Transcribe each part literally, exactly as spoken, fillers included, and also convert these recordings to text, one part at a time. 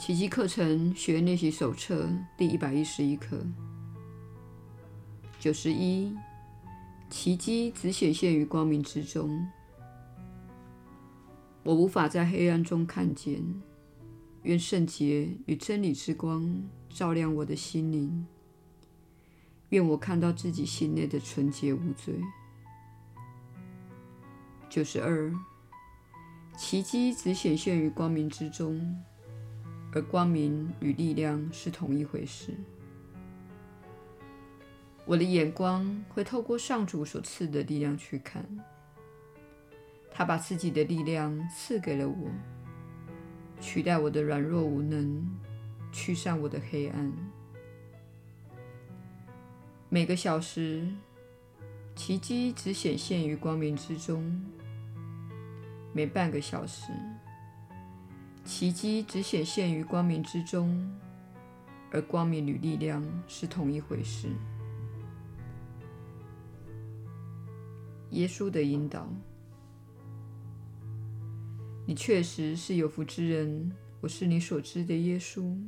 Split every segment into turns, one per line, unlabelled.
奇迹课程学员练习手册第一百一十一课。九十一，奇迹只显现于光明之中。我无法在黑暗中看见，愿圣洁与真理之光照亮我的心灵。愿我看到自己心内的纯洁无罪。九十二，奇迹只显现于光明之中，而光明与力量是同一回事。我的眼光会透过上主所赐的力量去看，他把自己的力量赐给了我，取代我的软弱无能，驱散我的黑暗。每个小时，奇迹只显现于光明之中；每半个小时，奇迹只显现于光明之中，而光明与力量是同一回事。耶稣的引导：你确实是有福之人，我是你所知的耶稣。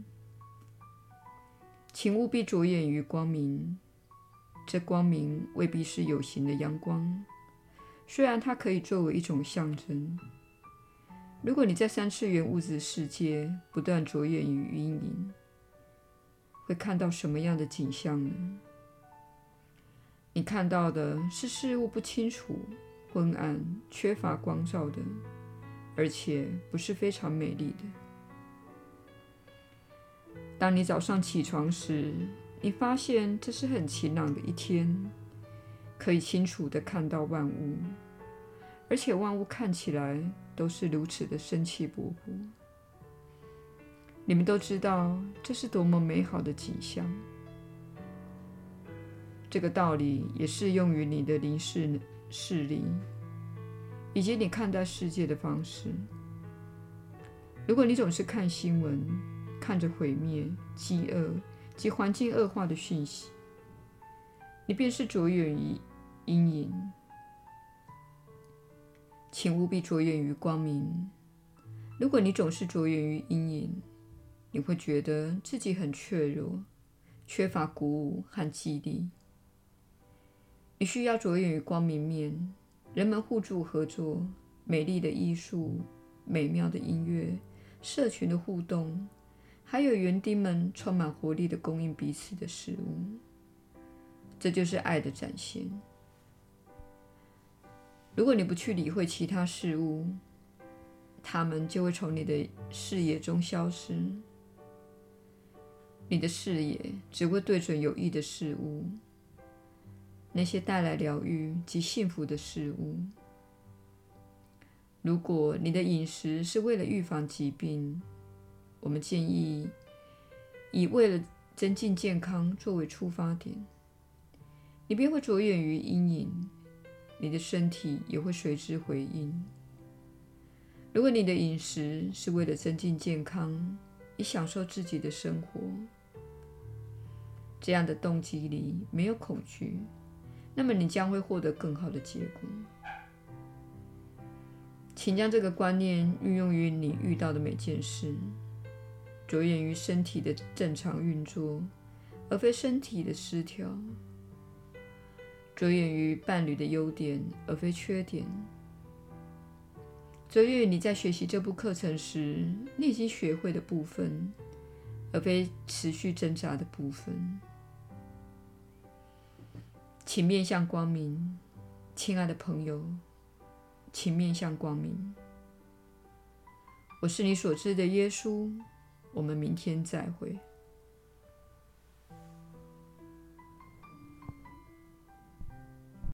请务必着眼于光明，这光明未必是有形的阳光，虽然它可以作为一种象征。如果你在三次元物质世界不断着眼于阴影，会看到什么样的景象呢？你看到的是事物不清楚、昏暗、缺乏光照的，而且不是非常美丽的。当你早上起床时，你发现这是很晴朗的一天，可以清楚地看到万物，而且万物看起来都是如此的生气勃勃。你们都知道这是多么美好的景象。这个道理也适用于你的灵视视力，以及你看待世界的方式。如果你总是看新闻，看着毁灭、饥饿及环境恶化的讯息，你便是着眼于阴影。请务必着眼于光明。如果你总是着眼于阴影，你会觉得自己很脆弱，缺乏鼓舞和激励。你需要着眼于光明面，人们互助合作，美丽的艺术，美妙的音乐，社群的互动，还有园丁们充满活力地供应彼此的食物。这就是爱的展现。如果你不去理会其他事物，它们就会从你的视野中消失。你的视野只会对准有益的事物，那些带来疗愈及幸福的事物。如果你的饮食是为了预防疾病，我们建议以为了增进健康作为出发点，你便会着眼于阴影，你的身体也会随之回应。如果你的饮食是为了增进健康，以享受自己的生活，这样的动机里没有恐惧，那么你将会获得更好的结果。请将这个观念运用于你遇到的每件事，着眼于身体的正常运作，而非身体的失调；着眼于伴侣的优点，而非缺点；着眼于你在学习这部课程时你已经学会的部分，而非持续挣扎的部分。请面向光明，亲爱的朋友，请面向光明。我是你所知的耶稣，我们明天再会。